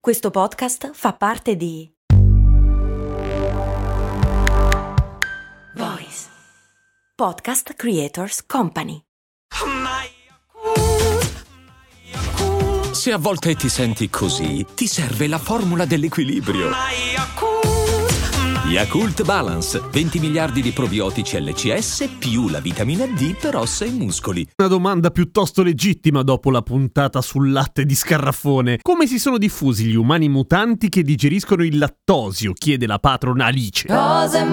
Questo podcast fa parte di Voice Podcast Creators Company. Se a volte ti senti così, ti serve la formula dell'equilibrio. Yakult Balance, 20 miliardi di probiotici LCS più la vitamina D per ossa e muscoli. Una domanda piuttosto legittima dopo la puntata sul latte di Scarraffone. Come si sono diffusi gli umani mutanti che digeriscono il lattosio? Chiede la patron Alice. Cose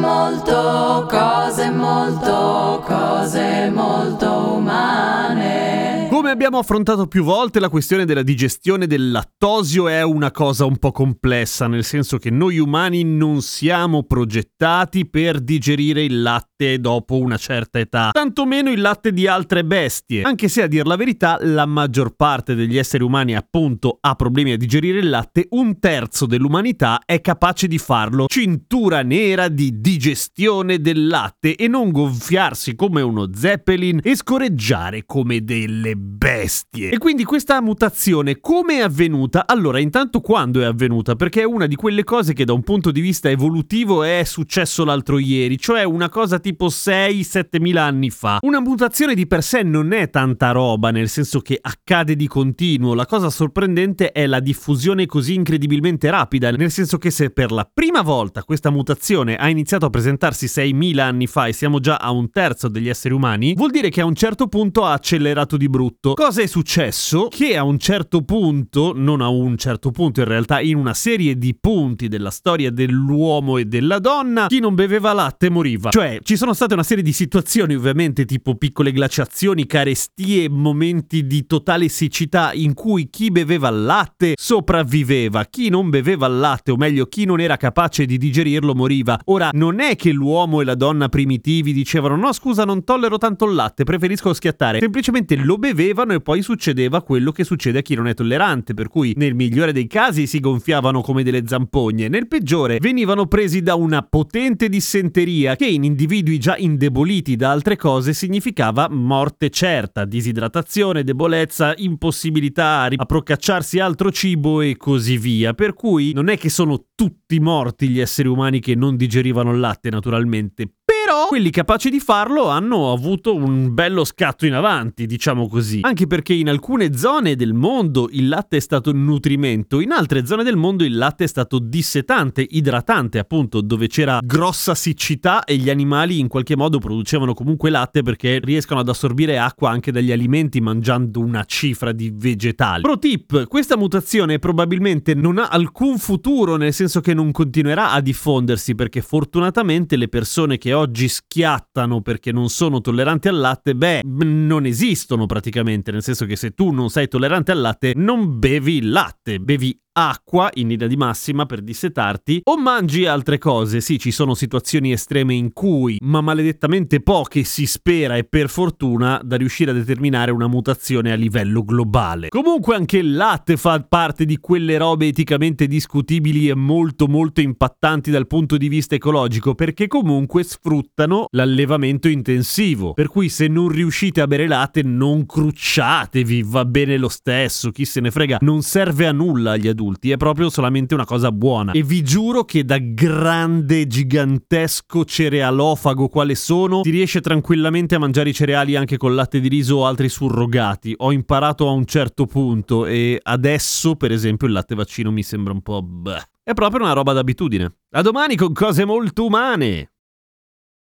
molto umane. Come abbiamo affrontato più volte, la questione della digestione del lattosio è una cosa un po' complessa, nel senso che noi umani non siamo progettati per digerire il latte dopo una certa età, tantomeno il latte di altre bestie, anche se a dir la verità la maggior parte degli esseri umani appunto ha problemi a digerire il latte. Un terzo dell'umanità è capace di farlo, cintura nera di digestione del latte, e non gonfiarsi come uno Zeppelin e scorreggiare come delle bestie. E quindi questa mutazione come è avvenuta? Allora, intanto quando è avvenuta? Perché è una di quelle cose che da un punto di vista evolutivo è successo l'altro ieri, cioè una cosa tipo 6-7 mila anni fa. Una mutazione di per sé non è tanta roba, nel senso che accade di continuo. La cosa sorprendente è la diffusione così incredibilmente rapida, nel senso che se per la prima volta questa mutazione ha iniziato a presentarsi 6.000 anni fa e siamo già a un terzo degli esseri umani, vuol dire che a un certo punto ha accelerato di brutto. Cosa è successo? Che a un certo punto, non a un certo punto in realtà, in una serie di punti della storia dell'uomo e della donna, chi non beveva latte moriva. Cioè, ci sono state una serie di situazioni, ovviamente, tipo piccole glaciazioni, carestie, momenti di totale siccità in cui chi beveva il latte sopravviveva, chi non beveva il latte, o meglio, chi non era capace di digerirlo moriva. Ora, non è che l'uomo e la donna primitivi dicevano no scusa, non tollero tanto il latte, preferisco schiattare, semplicemente lo bevevano e poi succedeva quello che succede a chi non è tollerante, per cui nel migliore dei casi si gonfiavano come delle zampogne, nel peggiore venivano presi da una potente dissenteria che in individui già indeboliti da altre cose significava morte certa, disidratazione, debolezza, impossibilità a procacciarsi altro cibo e così via. Per cui non è che sono tutti morti gli esseri umani che non digerivano il latte, naturalmente. Però quelli capaci di farlo hanno avuto un bello scatto in avanti, diciamo così. Anche perché in alcune zone del mondo il latte è stato nutrimento, in altre zone del mondo il latte è stato dissetante, idratante, appunto, dove c'era grossa siccità e gli animali in qualche modo producevano comunque latte perché riescono ad assorbire acqua anche dagli alimenti mangiando una cifra di vegetali. Pro tip: questa mutazione probabilmente non ha alcun futuro, nel senso che non continuerà a diffondersi, perché fortunatamente le persone che oggi schiattano perché non sono tolleranti al latte, non esistono praticamente, nel senso che se tu non sei tollerante al latte non bevi il latte, bevi acqua in linea di massima per dissetarti o mangi altre cose. Sì, ci sono situazioni estreme in cui, ma maledettamente poche si spera, e per fortuna, da riuscire a determinare una mutazione a livello globale. Comunque anche il latte fa parte di quelle robe eticamente discutibili e molto molto impattanti dal punto di vista ecologico, perché comunque sfruttano l'allevamento intensivo, per cui se non riuscite a bere latte non crucciatevi, va bene lo stesso, chi se ne frega, non serve a nulla agli adulti, è proprio solamente una cosa buona. E vi giuro che da grande gigantesco cerealofago quale sono, si riesce tranquillamente a mangiare i cereali anche con latte di riso o altri surrogati. Ho imparato a un certo punto e adesso per esempio il latte vaccino mi sembra un po' è proprio una roba d'abitudine. A domani con cose molto umane.